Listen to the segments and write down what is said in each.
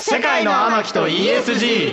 世界の天木と ESG。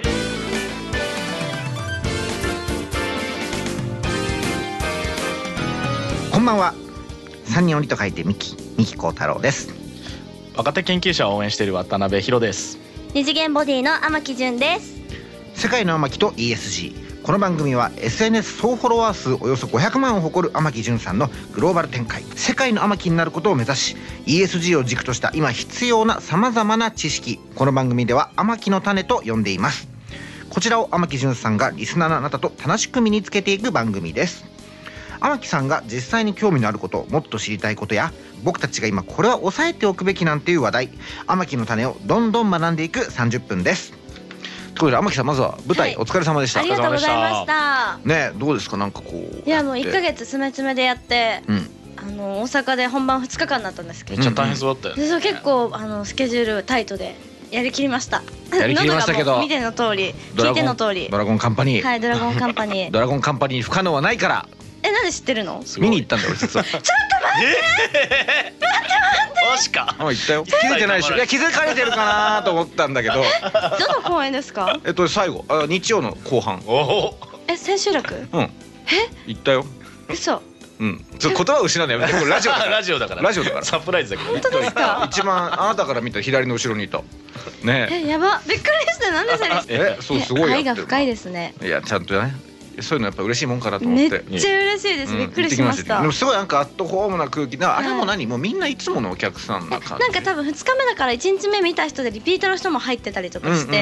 こんばんは。三人鬼と書いて三木幸太郎です。 若手研究者を応援している渡辺博です。 二次元ボディの天木純です。 世界の天木と ESG。この番組は SNS 総フォロワー数およそ500万を誇る天木純さんのグローバル展開、世界の天木になることを目指し、 ESG を軸とした今必要なさまざまな知識、この番組では天木の種と呼んでいます。こちらを天木純さんがリスナーのあなたと楽しく身につけていく番組です。天木さんが実際に興味のあること、もっと知りたいことや、僕たちが今これは押さえておくべきなんていう話題、天木の種をどんどん学んでいく30分です。ということで天木さん、まずは舞台、お疲れ様でした。 ありがとうございましたね。どうですか、なんかこう。 いや、もう1ヶ月詰め詰めでやって、大阪で本番2日間だったんですけど、 めっちゃ大変そうだったよね。 そう、結構スケジュールタイトでやりきりました。 やりきりましたけど、 見ての通り聞いての通り、 ドラゴンカンパニー、 はい、ドラゴンカンパニードラゴンカンパニー不可能はないから。 なんで知ってるの？ 見に行ったんだ俺実は。ちょっと待ってマジか。 行ったよ。気づいてないでしょ。いや、気づかれてるかなと思ったんだけど。 どの公演ですか？ 最後、日曜の後半。 千秋楽？ 行ったよ。 嘘。 言葉を失うのやめて。これラジオだから。 ラジオだからサプライズだけど。 本当ですか？ 一番あなたから見た左の後ろにいたね。 やば、びっくりして。なんでそれ。 そう、すごい。 愛が深いですね。 いや、ちゃんとね、そういうのやっぱ嬉しいもんかなと思って。 めっちゃ嬉しいです。びっくりしました。 でもすごいなんかアットホームな空気な。あれも何、もうみんないつものお客さんな感じ。 なんか多分2日目だから1日目見た人でリピートの人も入ってたりとかして、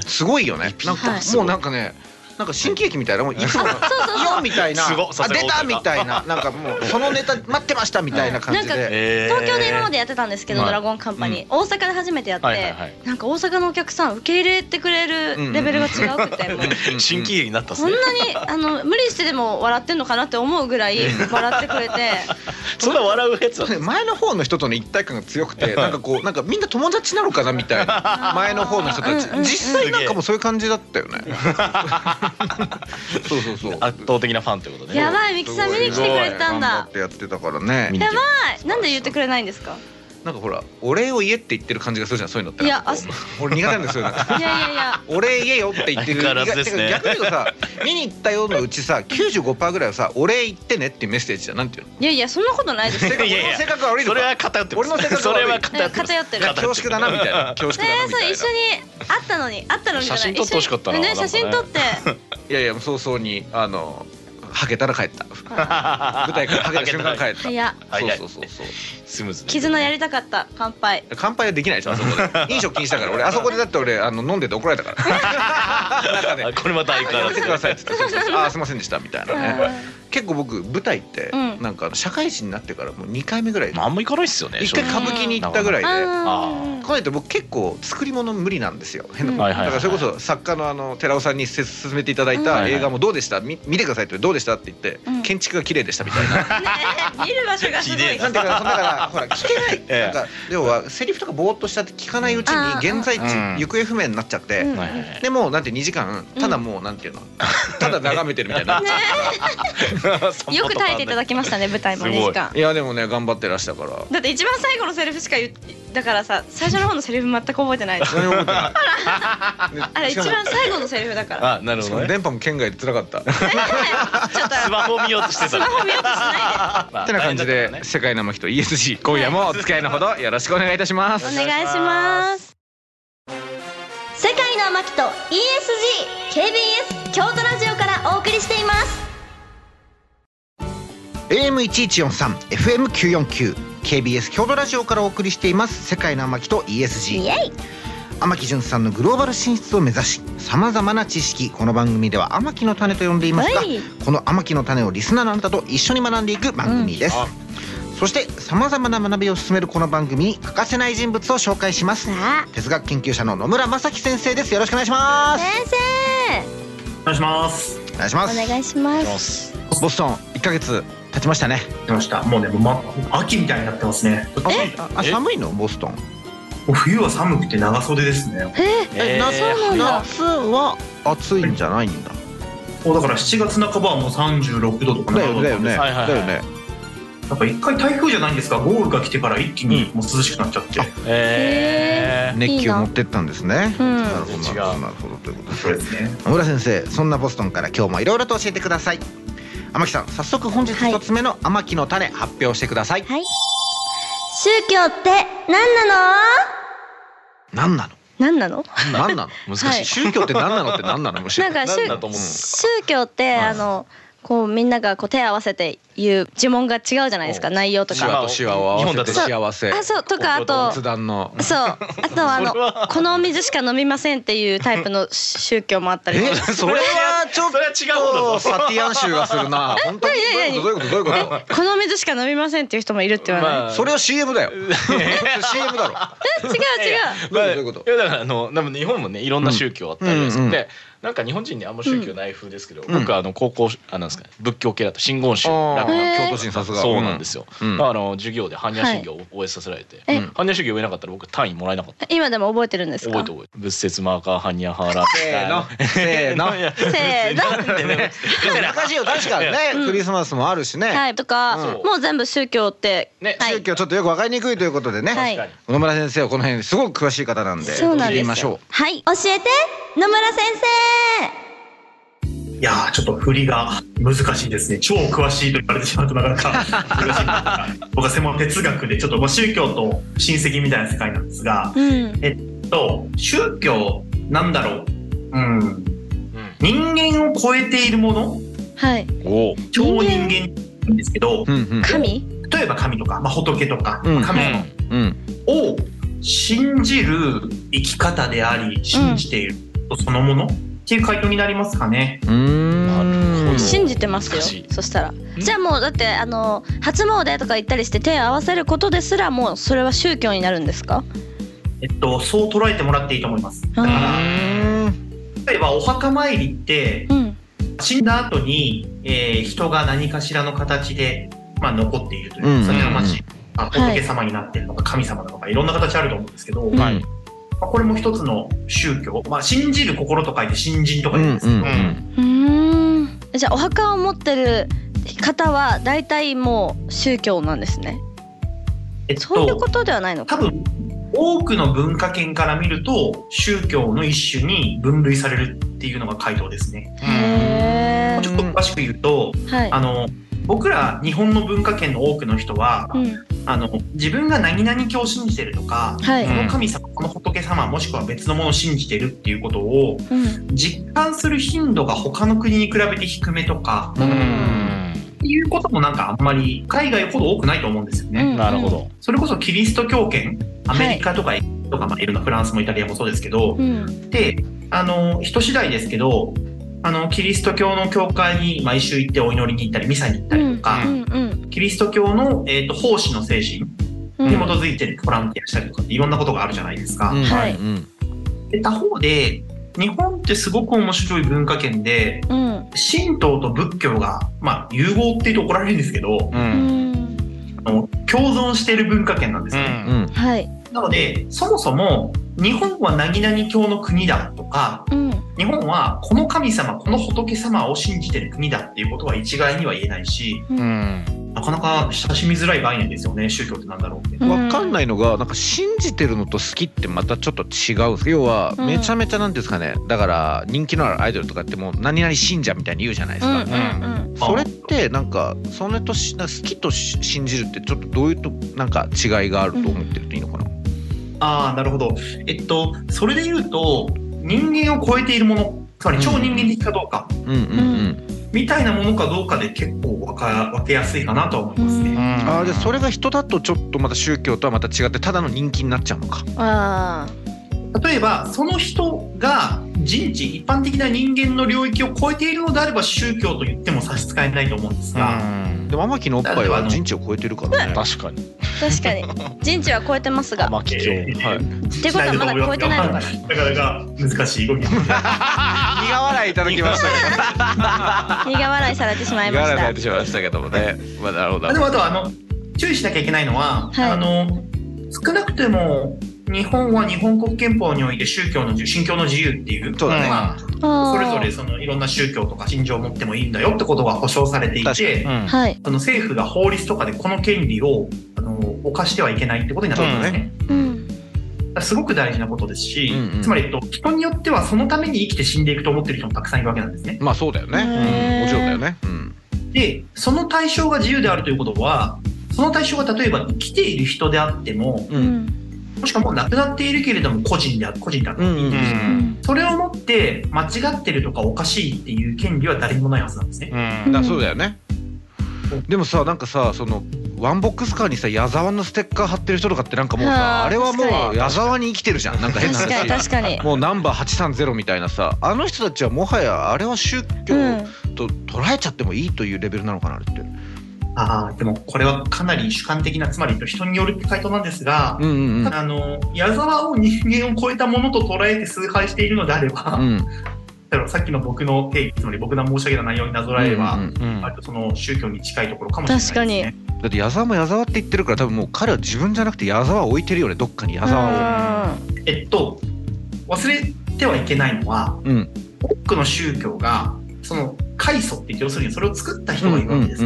すごいよね。なんかもうなんかね、なんか新喜劇みたいな、もういつものイオンみたいな、出たみたいな、なんかもうそのネタ待ってましたみたいな感じで。 東京で今までやってたんですけど、ドラゴンカンパニー大阪で初めてやって、なんか大阪のお客さん受け入れてくれるレベルが違うくて、 新喜劇になったっすこんね。 なに無理してでも笑ってんのかなって思うぐらい笑ってくれて。 そんな笑うやつだ。 前の方の人との一体感が強くて、なんかこう、なんかみんな友達なのかなみたいな。前の方の人たち実際なんかもうそういう感じだったよね。そうそうそう、 圧倒的なファンということで。 やばい、ミキさん見に来てくれたんだ。 頑張ってやってたからね。 やばい、なんで言ってくれないんですか？ なんかほら、お礼を言えって言ってる感じがするじゃん、そういうのって。 いや、 俺苦手なんですよ。 いやお礼言えよって言ってる。 相変わらずですね。 逆に言うとさ、見に行ったようのうちさ、95% ぐらいはさ、お礼言ってねっていうメッセージじゃん。なんていうの？ いやいや、そんなことないです。 俺の性格が悪いのか。 それは偏ってる。 俺の性格が悪い。 それは偏ってる。 恐縮だなみたいな。恐縮だなみたいな。 一緒に会ったのにじゃない。 写真撮ってほしかったな。 ね、写真撮って。 いやいや、早々にはけたら帰った。舞台からはけた瞬間帰った。 早っ。 そうスムーズ。 絆やりたかった。乾杯。 乾杯はできないでしょ、あそこで。飲食禁止だから。俺あそこでだって俺飲んでて怒られたから。なんかね、これまた相変わらずやめてくださいって言って、ああすいませんでしたみたいなね。結構僕舞台ってなんか社会人になってからもう2回目ぐらい。 あんま行かないっすよね。 1回歌舞伎に行ったぐらいで。こうやって僕結構作り物無理なんですよ。変なこと。だからそれこそ作家の寺尾さんに勧めていただいた映画もどうでした、見てくださいってどうでしたって言って、建築が綺麗でしたみたいな。 見る場所がすごい。 なんていうか、だからほら聞けない。なんか要はセリフとかぼーっとしちゃって聞かないうちに現在地行方不明になっちゃって、でもなんて2時間ただもうなんていうの、ただ眺めてるみたいな。 よく耐えていただきましたね、舞台も2時間。 いやでもね、頑張ってらしたから。 だって一番最後のセリフしかだからさ、最初の方のセリフ全く覚えてないです。あれ一番最後のセリフだから。 あ、なるほどね。 電波も県外で辛かった。 スマホ見ようとしてた。 スマホ見ようとしないで。 ってな感じで、世界の天木と ESG、 今夜もお付き合いのほどよろしくお願いいたします。 お願いします。世界の天木と ESG、KBS 京都ラジオからお送りしています。 AM1143、FM949、KBS 京都ラジオからお送りしています世界の天木と ESG。 天木純さんのグローバル進出を目指し、さまざまな知識、この番組では天木の種と呼んでいますが、この天木の種をリスナーのあなたと一緒に学んでいく番組です。そしてさまざまな学びを進めるこの番組に欠かせない人物を紹介します。哲学研究者の野村正樹先生です。よろしくお願いします。 先お願いします。 お願いします。 お願いします。 ボストン1ヶ月経ちましたね。 経ちました。もうね、秋みたいになってますね。 寒いのボストン？ 冬は寒くて長袖ですね。 夏は暑いんじゃないんだ。 だから7月半ばはもう36度とかだよね。 なんか一回台風じゃないんですか、豪雨が来てから一気にもう涼しくなっちゃって、 熱気を持ってったんですね。 うんなるほどなるほどなるほどということそうですね。 野村先生、そんなボストンから今日もいろいろと教えてください。天木さん、早速本日一つ目の天木の種発表してください。 はい。宗教って何なの？ 何なの？ 何なの？ 何なの？難しい、 はい宗教って何なのって何なの？むしろなんか何だと思うんですか？ 宗教ってこうみんながこう手を合わせて言う呪文が違うじゃないですか、内容とか。 シワとシワを合わせて幸せ。 あ、そうとか、あと仏壇の。 そうあとはこのお水しか飲みませんっていうタイプの宗教もあったりとか。 それはちょっそれは違うのとサティアン州がするな。本当にどういうことどういうことどういうここの水しか飲みませんっていう人もいるって言わない？ まあと。それは CM だよ。CM だろ。 違う違う。 どういうこといやだからでも日本もねいろんな宗教あったりですうんうんで、なんか日本人にあんま宗教ない風ですけど、僕高校なんですかね、仏教系だと真言宗あー楽の京都人さすが。 そうなんですよ。 うんだから授業で般若心経を覚えさせられて、般若心経言えなかったら僕単位もらえなかった。 今でも覚えてるんですか？ 覚えて覚えて。仏説マーカー般若ハーラせーのせーのいやせーのなんでね難しいよ、確かにね、クリスマスもあるしね。 はいとか、 うんもう全部宗教って、 ねはい宗教ちょっとよく分かりにくいということでね、 はい確かに野村先生はこの辺すごく詳しい方なんでそうなんですよ聞いてみましょはい、教えて野村先いやーちょっと振りが難しいですね。超詳しいと言われてしまうとなかなか難しいんですが、僕は専門哲学でちょっと宗教と親戚みたいな世界なんですが、 生。うん。 宗教なんだろう、人間を超えているもの、 はい。 お超人間なんですけど、 う。うんうん神？ 例えば神とか、仏とか、 うん神様うんを信じる生き方であり、信じていることそのものっていう回答になりますかね。 なるほど。 信じてますよ。 難しいそしたら、じゃあもうだって初詣とか行ったりして手を合わせることですらもうそれは宗教になるんですか？ そう捉えてもらっていいと思います。だから例えばお墓参りってうん。 死んだ後に、人が何かしらの形で、残っているというか、 うんそれがはい仏様になっているのか神様なのかいろんな形あると思うんですけど、 うんはい。 これも一つの宗教、信じる心と書いて信心とか言うんですけど、 じゃあお墓を持ってる方は大体もう宗教なんですね。そういうことではないのか。 多分多くの文化圏から見ると宗教の一種に分類されるっていうのが回答ですね。 へちょっと詳しく言うと、 ー。はい。 僕ら日本の文化圏の多くの人は、自分が何々教を信じてるとか、 はいこの神様この仏様もしくは別のものを信じてるっていうことを実感する頻度が他の国に比べて低めとか、っていうこともなんかあんまり海外ほど多くないと思うんですよね。 なるほど。 それこそキリスト教圏アメリカとかいろんなフランスもイタリアもそうですけど、で人次第ですけどキリスト教の教会に毎週行ってお祈りに行ったりミサに行ったりとか、キリスト教の、奉仕の精神に基づいてるボランティアしたりとかっていろんなことがあるじゃないですか。 はいで他方で日本ってすごく面白い文化圏で、神道と仏教が、融合っていうと怒られるんですけど、共存している文化圏なんですよね。 はい。 なのでそもそも日本は何々教の国だとか、日本はこの神様この仏様を信じてる国だっていうことは一概には言えないし、なかなか親しみづらい概念ですよね。宗教ってなんだろうって。 分かんないのがなんか信じてるのと好きってまたちょっと違うんです。要はめちゃめちゃなんですかね、だから人気のあるアイドルとかってもう何々信者みたいに言うじゃないですか。それってなんかそれと好きと信じるってちょっとどういうとなんか違いがあると思ってるといいのかな。 なるほど。それで言うと人間を超えているもの、つまり超人間的かどうか、みたいなものかどうかで結構分けやすいかなとは思いますね。 じゃあそれが人だとちょっとまた宗教とはまた違ってただの人気になっちゃうのか。 例えばその人が人知一般的な人間の領域を超えているのであれば宗教と言っても差し支えないと思うんですが、 でも天木のおっぱいは人知を超えてるからね。 確かに。 確かに人知は超えてますが。 天木教。 ってことはまだ超えてないのかな。 なかなか難しい動き。 苦笑いいただきましたけど。 苦笑いされてしまいました。 苦笑いされてしまいましたけどもね。なるほど。 でもあと注意しなきゃいけないのは、少なくても日本は日本国憲法において信教の自由っていう、それぞれいろんな宗教とか信条を持ってもいいんだよってことが保障されていて、政府が法律とかでこの権利を犯してはいけないってことになってるんですね。 すごく大事なことですし、つまり、人によってはそのために生きて死んでいくと思ってる人もたくさんいるわけなんですね。 まあそうだよね。もちろんだよね。 で、その対象が自由であるということは、その対象が例えば生きている人であっても、もしくはもう亡くなっているけれども個人であるといいんですよ。それをもって間違ってるとかおかしいっていう権利は誰にもないはずなんですね。 そうだよね。でもさ、なんかさ、そのワンボックスカーにさ矢沢のステッカー貼ってる人とかってなんかもうさ、あれはもう矢沢に生きてるじゃん。なんか変な話。 確かに。 もうナンバー830みたいなさ、あの人たちはもはやあれは宗教と捉えちゃってもいいというレベルなのかなって。 でもこれはかなり主観的な、つまり人による回答なんですが、矢沢を人間を超えたものと捉えて崇拝しているのであれば、さっきの僕の定義、つまり僕が申し上げた内容になぞらえれば、割とその宗教に近いところかもしれないですね。 確かに。 だって矢沢も矢沢って言ってるから、多分もう彼は自分じゃなくて矢沢を置いてるよね、どっかに矢沢を。 忘れてはいけないのは、多くの宗教がその開祖って要するにそれを作った人がいるわけです。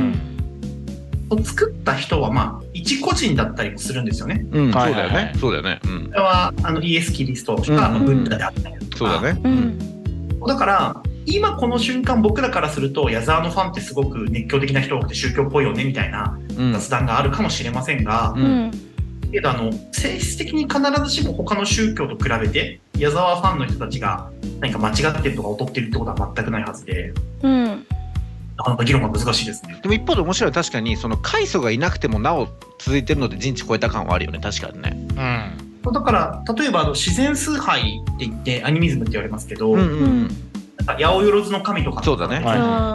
作った人はまあ一個人だったりもするんですよね。 そうだよね。そうだよね。 それはイエス・キリストとかブッダであったりとか。 そうだね。 だから今この瞬間僕らからすると矢沢のファンってすごく熱狂的な人が多くて宗教っぽいよねみたいな雑談があるかもしれませんが、けど性質的に必ずしも他の宗教と比べて矢沢ファンの人たちが何か間違ってるとか劣ってるってことは全くないはずで。なかなか議論が難しいですね。 でも一方で面白い、確かにその開祖がいなくてもなお続いてるので人知超えた感はあるよね、確かにね。 だから例えば自然崇拝って言ってアニミズムって言われますけど、なんか八百万の神とか、 そうだね。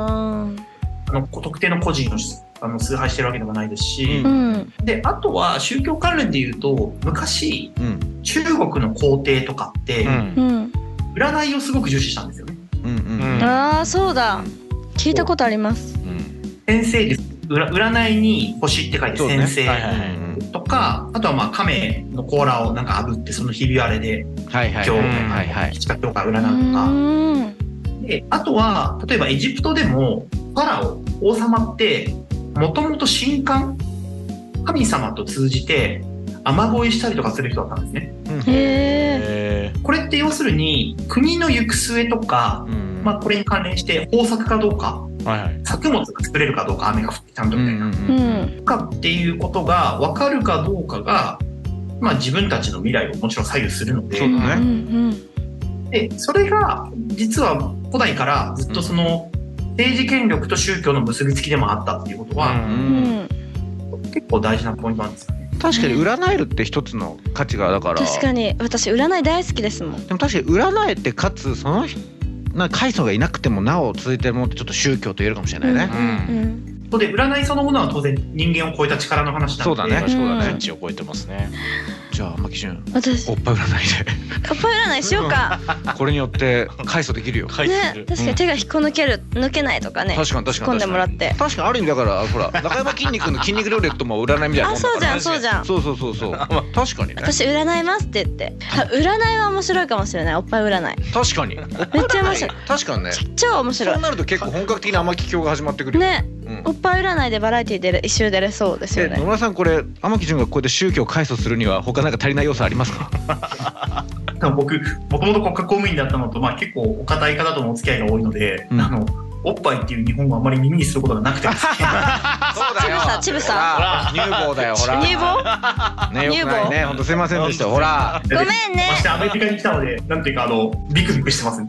特定の個人の崇拝してるわけでもないですし、であとは宗教関連で言うと昔、中国の皇帝とかって、占いをすごく重視したんですよね。 そうだ。聞いたことあります。 先生です。占いに星って書いて先生とか、あとはまあ亀の甲羅をなんか炙ってそのひび割れで今日吉か今日か占うとか。であとは例えばエジプトでもファラオ王様ってもともと神官神様と通じて雨乞いしたりとかする人だったんですね。これって要するに国の行く末とか、まあこれに関連して豊作かどうか、作物が作れるかどうか、雨が降ってちゃんとみたいな、かっていうことが分かるかどうかが、まあ自分たちの未来をもちろん左右するので、でそれが実は古代からずっとその政治権力と宗教の結びつきでもあったっていうことは、結構大事なポイントなんですよね。 確かに占えるって一つの価値がだから。 確かに私占い大好きですもん。 でも確かに占えてかつその開祖がいなくてもなお続いてるものってちょっと宗教と言えるかもしれないね。 で占いそのものは当然人間を超えた力の話なので。 そうだね。そうだね。 人知を超えてますね。 じゃあ牧潤、 私おっぱい占いでおっぱい占いしようか。 これによって開祖できるよ。 ね、確かに手が引っこ抜けないとかね。 確かに引っ込んでもらって。 確かにある意味だからほら中山きんに君の筋肉ルーレットも占いみたいなもんだから。 そうじゃんそうじゃん。 そう確かにね。 私占いますって言って。占いは面白いかもしれない。おっぱい占い。 確かに。 めっちゃ面白い。 確かにね。 超面白い。 そうなると結構本格的な天城教が始まってくるよね。おっぱい占いでバラエティー一周出れそうですよね。 野村さんこれ天城潤がこうやって宗教を開祖するには他なんか足りない要素ありますか？ 僕もともと国家公務員だったのと、まあ、結構お堅い方とのお付き合いが多いので、おっぱいっていう日本語あんまり耳にすることがなくてですね。 そうだよ。 ちぶさ。 乳房だよほら。 乳房？ ねよくないね。本当すいませんでしたほら。 ごめんね。 そしてアメリカに来たのでなんていうかビクビクしてますね。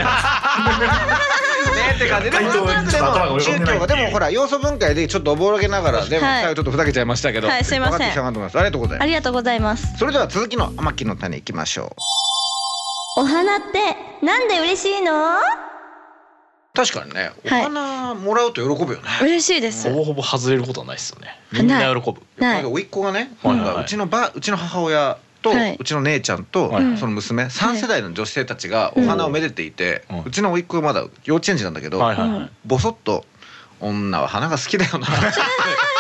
って感じで宗教がでもほら要素分解でちょっとおぼろげながらでも最後ちょっとふざけちゃいましたけど。 はいすいません。 ありがとうございます。 ありがとうございます。 それでは続きの天城の種いきましょう。お花ってなんで嬉しいの？ 確かにね、お花もらうと喜ぶよね。 嬉しいです。 ほぼほぼ外れることはないですよね。みんな喜ぶ。 甥っ子がね、うちの母親とうちの姉ちゃんとその娘3世代の女性たちがお花をめでていて、うちの甥っ子がまだ幼稚園児なんだけど、ボソッと女は花が好きだよな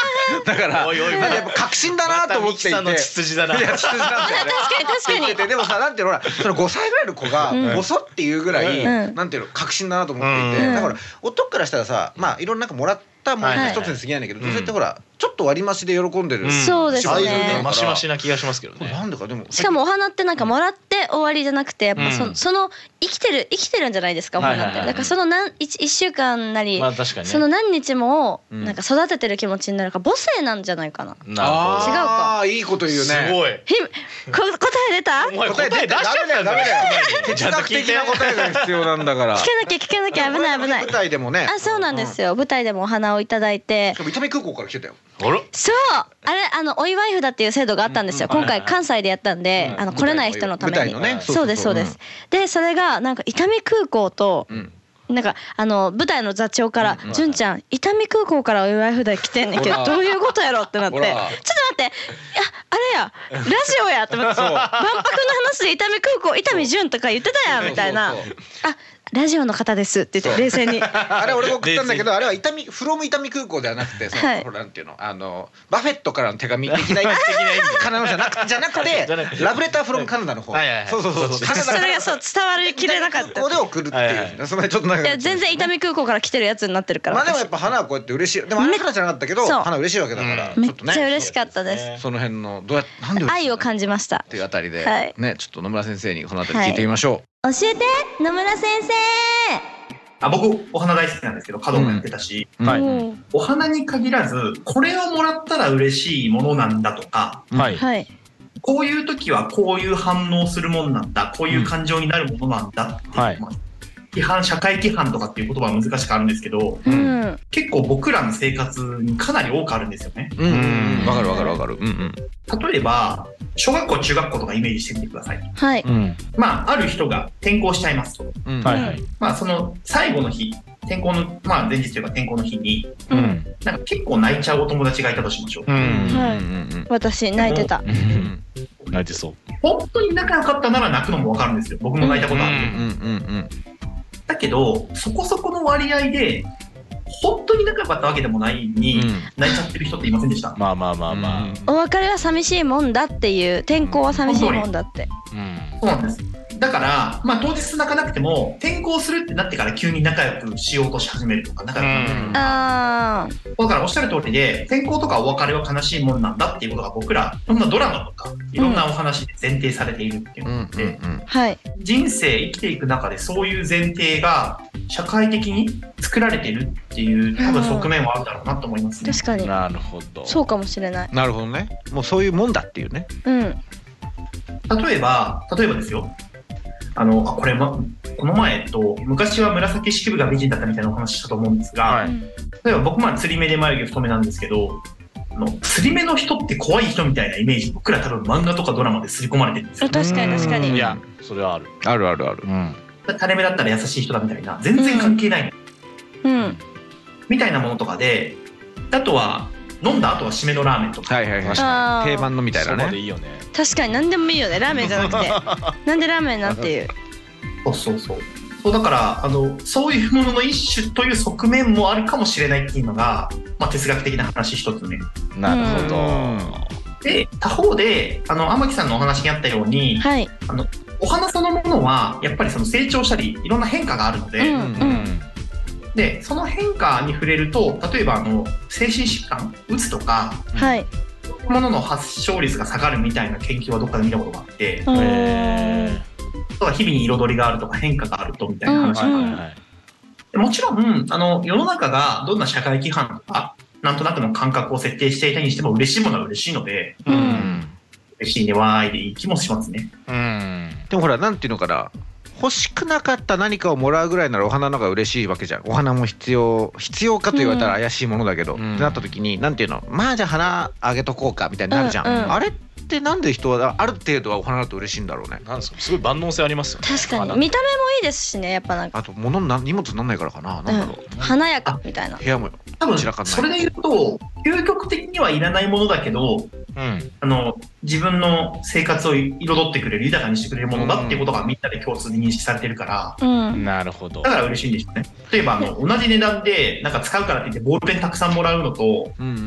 だからおいおいやっぱ確信だなと思っていて、 またミキさんの血筋だな。 いや血筋なんだよね。 確かにでもさ、なんていうの、ほらその5歳ぐらいの子がボソっていうぐらい、 うんなんていうの確信だなと思っていて、だから男からしたらさ、まあいろんななんかもらったものの一つに過ぎないんだけど、女性ってほらちょっと割増しで喜んでる。 そうですね。 マシマシな気がしますけどね。 なんでかでも。 しかもお花ってなんかもらって終わりじゃなくて、やっぱその生きてるんじゃないですか、お花って。だからその1週間なり、その何日もなんか育ててる気持ちになるから母性なんじゃないかな。 なるほど。違うか。 ああいいこと言うね。 すごい。 答え出た？ お前答え出しちゃったんだよ。 哲学的な答えが必要なんだから。 聞かなきゃ危ない。 舞台でもね。 あ、そうなんですよ。舞台でもお花をいただいて。 伊丹空港から来てたよ。 そうあれお祝い札っていう制度があったんですよ。今回関西でやったんで来れない人のために。そうです。でそれがなんか伊丹空港となんか舞台の座長から「純ちゃん伊丹空港からお祝い札来てんねんけどどういうことやろ?」ってなって「ちょっと待ってあれやラジオや」って思って「万博の話で伊丹空港伊丹純とか言ってたやん」みたいな。あラジオの方ですって言って冷静にあれ俺が送ったんだけど、あれはフロム伊丹空港ではなくて、そのなんていうのバフェットからの手紙的なカナダじゃなくてラブレターフロムカナダの方。そうカナダそれがそう伝わりきれなかった。 ここで送るっていう。それちょっとなんか全然伊丹空港から来てるやつになってるから。 まあでもやっぱ花はこうやって嬉しい。でもあれ花じゃなかったけど花嬉しいわけだからちょっとね。 めっちゃ嬉しかったです。 その辺のなんで愛を感じましたっていうあたりでね、ちょっと野村先生にこのあたり聞いてみましょう。教えて野村先生。 僕お花大好きなんですけど、華道もやってたし、お花に限らずこれをもらったら嬉しいものなんだとか、こういう時はこういう反応するもんなんだ、こういう感情になるものなんだっていう、社会規範とかっていう言葉は難しくあるんですけど、結構僕らの生活にかなり多くあるんですよね。 わかる。 例えば小学校中学校とかイメージしてみてください。まあある人が転校しちゃいますと。まあその最後の日、転校の前日というか転校の日になんか結構泣いちゃうお友達がいたとしましょう。 私泣いてた。 泣いてそう。 本当に仲良かったなら泣くのもわかるんですよ。僕も泣いたことある。だけどそこそこの割合で本当に仲良かったわけでもないのに泣いちゃってる人っていませんでした？ まあお別れは寂しいもんだっていう、転校は寂しいもんだって。 そうなんです。だから当日泣かなくても転校するってなってから急に仲良くしようとし始めるとか仲良くなる。だからおっしゃる通りで、転校とかお別れは悲しいもんなんだっていうことが僕らいろんなドラマとかいろんなお話で前提されているっていうので、人生生きていく中でそういう前提が社会的に作られているっていう多分側面はあるだろうなと思いますね。 確かに。 なるほど。 そうかもしれない。 なるほどね。もうそういうもんだっていうね。 例えばですよ。この前昔は紫式部が美人だったみたいなお話したと思うんですが、例えば僕釣り目で眉毛太めなんですけど、釣り目の人って怖い人みたいなイメージ僕ら多分漫画とかドラマで刷り込まれてるんですよ。 確かに。 いやそれはある。 垂れ目だったら優しい人だみたいな、全然関係ないみたいなものとかで、あとは飲んだ後は締めのラーメンとか、 定番のみたいなね。 確かに何でもいいよね、ラーメンじゃなくてなんでラーメンなんていう。 そうだからそういうものの一種という側面もあるかもしれないっていうのが、哲学的な話一つ目。 なるほど。 で他方で天木さんのお話にあったように、お花そのものはやっぱりその成長したりいろんな変化があるので、でその変化に触れると、例えば精神疾患、うつとか、そういうものの発症率が下がるみたいな研究はどっかで見たことがあって、日々に彩りがあるとか変化があるとみたいな話がある。もちろん世の中がどんな社会規範とかなんとなくの感覚を設定していたにしても嬉しいものは嬉しいので、嬉しいねわーいでいい気もしますね。 でもほらなんていうのかな、欲しくなかった何かをもらうぐらいならお花の方が嬉しいわけじゃん。お花も必要かと言われたら怪しいものだけど、ってなった時になんていうの、じゃあ花あげとこうかみたいになるじゃん。あれってなんで人はある程度はお花だと嬉しいんだろうね。 なんですか、すごい万能性ありますよね。 確かに見た目もいいですしね、やっぱなんか。 あと荷物になんないからかな。なんだろう。 華やかみたいな。 部屋も多分それで言うと究極的にはいらないものだけど、自分の生活を彩ってくれる、豊かにしてくれるものだっていうことがみんなで共通に認識されてるから、 なるほど。 だから嬉しいんでしょうね。例えば同じ値段でなんか使うからって言ってボールペンたくさんもらうのと、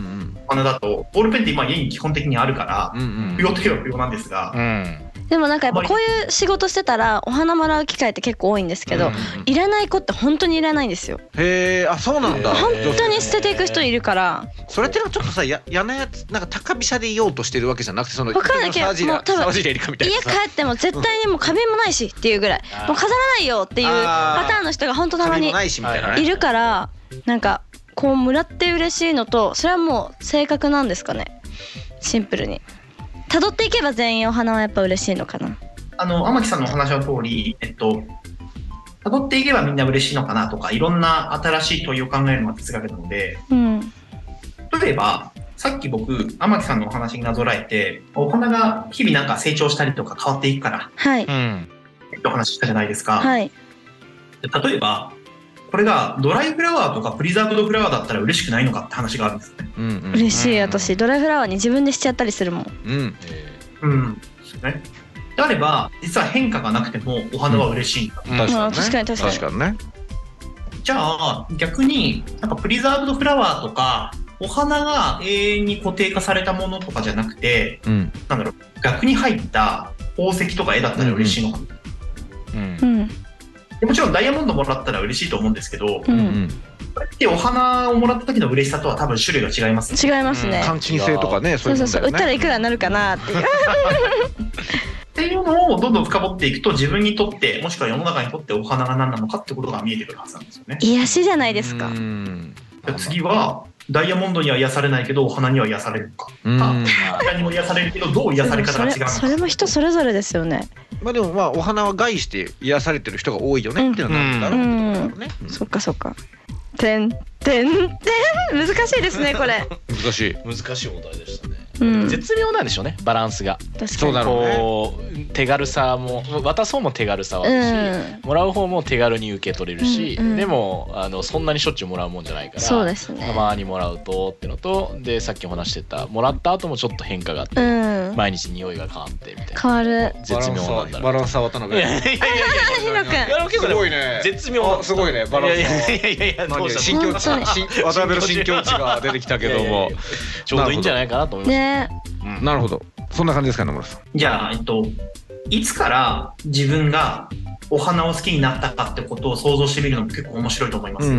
お花だとボールペンって今家に基本的にあるから不要といえば不要なんですが、 でもなんかやっぱこういう仕事してたらお花もらう機会って結構多いんですけど、いらない子って本当にいらないんですよ。 へえ、あ、そうなんだ。 本当に捨てていく人いるから。 それってのはちょっとさ、嫌なやつ、なんか高飛車でいようとしてるわけじゃなくて、その分かんないけど、もう多分家帰っても絶対にもう花瓶もないしっていうぐらい、もう飾らないよっていうパターンの人が本当たまにいるから、なんかこうもらって嬉しいのと、それはもう性格なんですかね、シンプルに。辿っていけば全員お花はやっぱ嬉しいのかな。 天木さんのお話の通り、辿っていけばみんな嬉しいのかなとか、いろんな新しい問いを考えるのが哲学なので、例えばさっき僕天木さんのお話になぞらえて、お花が日々なんか成長したりとか変わっていくから、はい、お話ししたじゃないですか。はい、例えばこれがドライフラワーとかプリザーブドフラワーだったら嬉しくないのかって話があるんですね。 嬉しい。私ドライフラワーに自分でしちゃったりするもん。 ですね。であれば実は変化がなくてもお花は嬉しいんだ。 確かにね。 じゃあ逆になんかプリザーブドフラワーとかお花が永遠に固定化されたものとかじゃなくて、なんだろう、額に入った宝石とか絵だったら嬉しいのかな。もちろんダイヤモンドもらったら嬉しいと思うんですけど、これってお花をもらった時の嬉しさとは多分種類が違いますね。 違いますね。 換金性とかね、そういうのだよね。 売ったらいくらになるかなっていう。 っていうのをどんどん深掘っていくと、自分にとってもしくは世の中にとってお花が何なのかってことが見えてくるはずなんですよね。 癒しじゃないですか。 次はダイヤモンドには癒されないけどお花には癒されるのか、花にも癒されるけどどう癒され方が違うのか。 それも人それぞれですよね。 まあでもまあお花は害して癒されてる人が多いよねっていうのなんだろうね。 そっかそっか。難しいですねこれ。 難しいお題でしたね。絶妙なんでしょうね、バランスが。 そうだろうね。 こう手軽さも、渡す方も手軽さはあるし、もらう方も手軽に受け取れるし、でもそんなにしょっちゅうもらうもんじゃないから、 そうですね、 たまにもらうとってのと、でさっきお話してたもらった後もちょっと変化があって、毎日匂いが変わってみたいな。 変わる。 絶妙なんだ。 バランスは渡辺。 ひろくん。 すごいね。 絶妙。 すごいね。バランス。 いや新境地、渡辺の新境地が出てきたけども、 ちょうどいいんじゃないかなと思います。 なるほど。そんな感じですか、野村さん。 じゃあいつから自分がお花を好きになったかってことを想像してみるのも結構面白いと思います。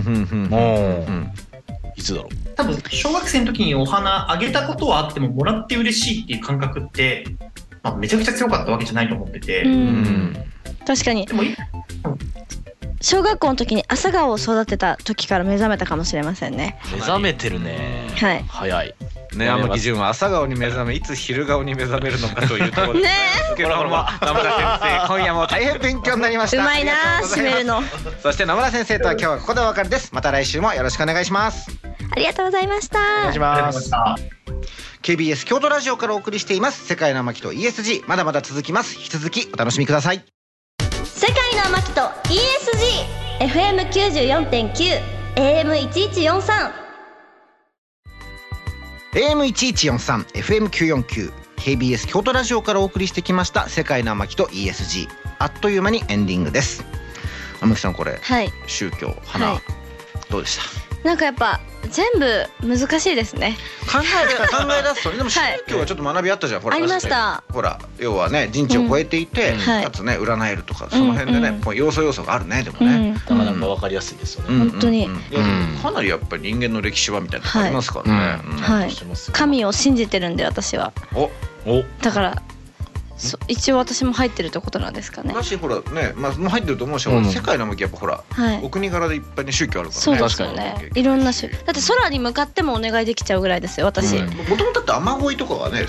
いつだろう。 多分小学生の時にお花あげたことはあってももらって嬉しいっていう感覚って、めちゃくちゃ強かったわけじゃないと思ってて。 確かに。でも小学校の時に朝顔を育てた時から目覚めたかもしれませんね。 目覚めてるね。 はい。 早い。 ね、天木純は朝顔に目覚め、いつ昼顔に目覚めるのかというところです。ねえ。野村先生、今夜も大変勉強になりました。 うまいな、締めるの。 そして野村先生とは今日はここでお別れです。また来週もよろしくお願いします。 ありがとうございました。 お願いします。 KBS 京都ラジオからお送りしています世界の天木と ESG、 まだまだ続きます。引き続きお楽しみください。 世界の天木と ESG、FM94.9、AM1143、 AM1143、FM949、KBS 京都ラジオからお送りしてきました世界の天木と ESG。 あっという間にエンディングです。天木さん、これ、宗教花、どうでした？ なんかやっぱ全部難しいですね。 考え出すとね。でも宗教はちょっと学びあったじゃん。ほら、 ありました。 ほら、要はね、人知を超えていて、かつね、占えるとか、その辺でね、要素があるね。でもね、 なかなか分かりやすいですよね。 本当に。 かなりやっぱり人間の歴史はみたいなのありますからね。 神を信じてるんで、私は。だから一応私も入ってるってことなんですかね。 昔ほらね、もう入ってると思うし、世界の向きやっぱほら、お国柄でいっぱいに宗教あるからね。 そうですよね。いろんな種類。だって空に向かってもお願いできちゃうぐらいですよ、私。 もともとだって雨乞いとかはね、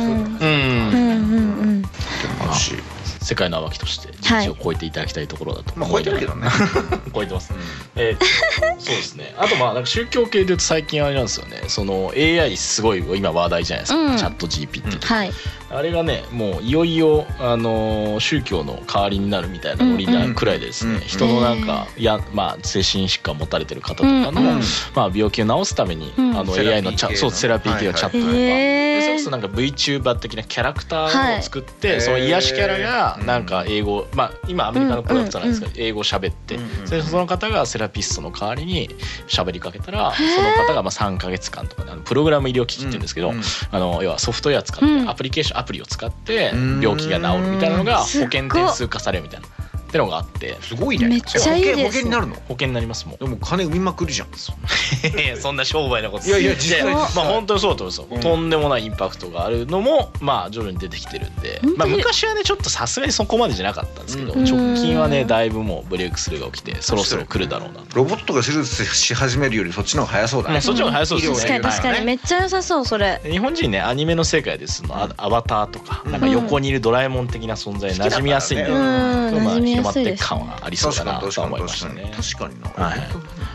世界の天木として人知を超えていただきたいところだと。 超えてるけどね。 超えてます。そうですね。あとなんか宗教系で言うと最近あれなんですよね。その AI すごい今話題じゃないですか。チャット GPT とか。あれがね、もういよいよ宗教の代わりになるみたいなノリなくらいでですね、人のなんか精神疾患を持たれてる方とかの病気を治すためにAI のセラピー系のチャットとか、それこそなんか VTuber 的なキャラクターを作って、その癒しキャラがなんか英語、まあ今アメリカのプロダクトなんですけど、英語喋って、その方がセラピストの代わりに喋りかけたら、その方がまあ3ヶ月間とかでプログラム医療機器って言うんですけど、要はソフトウェア使ってアプリを使って病気が治るみたいなのが保険点数化されるみたいな。ってのがあって、 すごいね。 めっちゃいいです。 保険になるの？ 保険になりますもん。 でも金生みまくりじゃん。 いやそんな商売なこと。 いや実際まあ本当にそうだと思うんですよ。とんでもないインパクトがあるのもまあ徐々に出てきてるんで、まあ昔はねちょっとさすがにそこまでじゃなかったんですけど、直近はねだいぶもうブレイクスルーが起きてそろそろ来るだろうな。 ロボットが手術し始めるよりそっちの方が早そうだね。 そっちの方が早そうですね。 確かにめっちゃ良さそうそれ。 日本人ねアニメの世界ですのアバターとかなんか横にいるドラえもん的な存在馴染みやすいんで、まあ広まって感はありそうだなと思いましたね。 確かにな。 はい。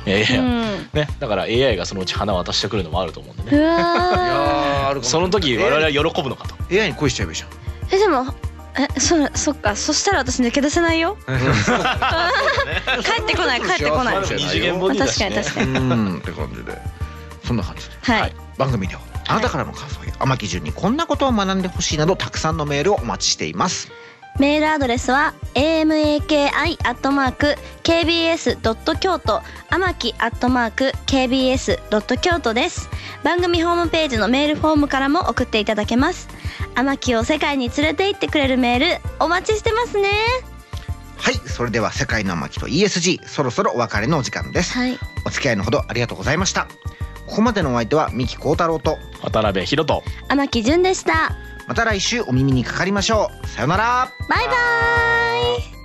ね、だから AI がそのうち花を渡してくるのもあると思うんでね。 うわその時我々は喜ぶのかと。 AI に恋しちゃえばいいじゃん。 でもそっか、そしたら私抜け出せないよ。帰ってこない。 二次元ボディだしね。 確かに。 って感じでそんな感じで、はい、番組ではあなたからの感想や天城順にこんなことを学んでほしいなどたくさんのメールをお待ちしています。 メールアドレスは amaki@kbs. 京都天城@kbs. 京都です。番組ホームページのメールフォームからも送っていただけます。天城を世界に連れて行ってくれるメールお待ちしてますね。 はい、それでは世界の天城と ESG そろそろお別れのお時間です、はい、お付き合いのほどありがとうございました。ここまでのお相手は三木幸太郎と渡辺裕人、 天城純でした。 また来週お耳にかかりましょう。さよなら。 バイバイ。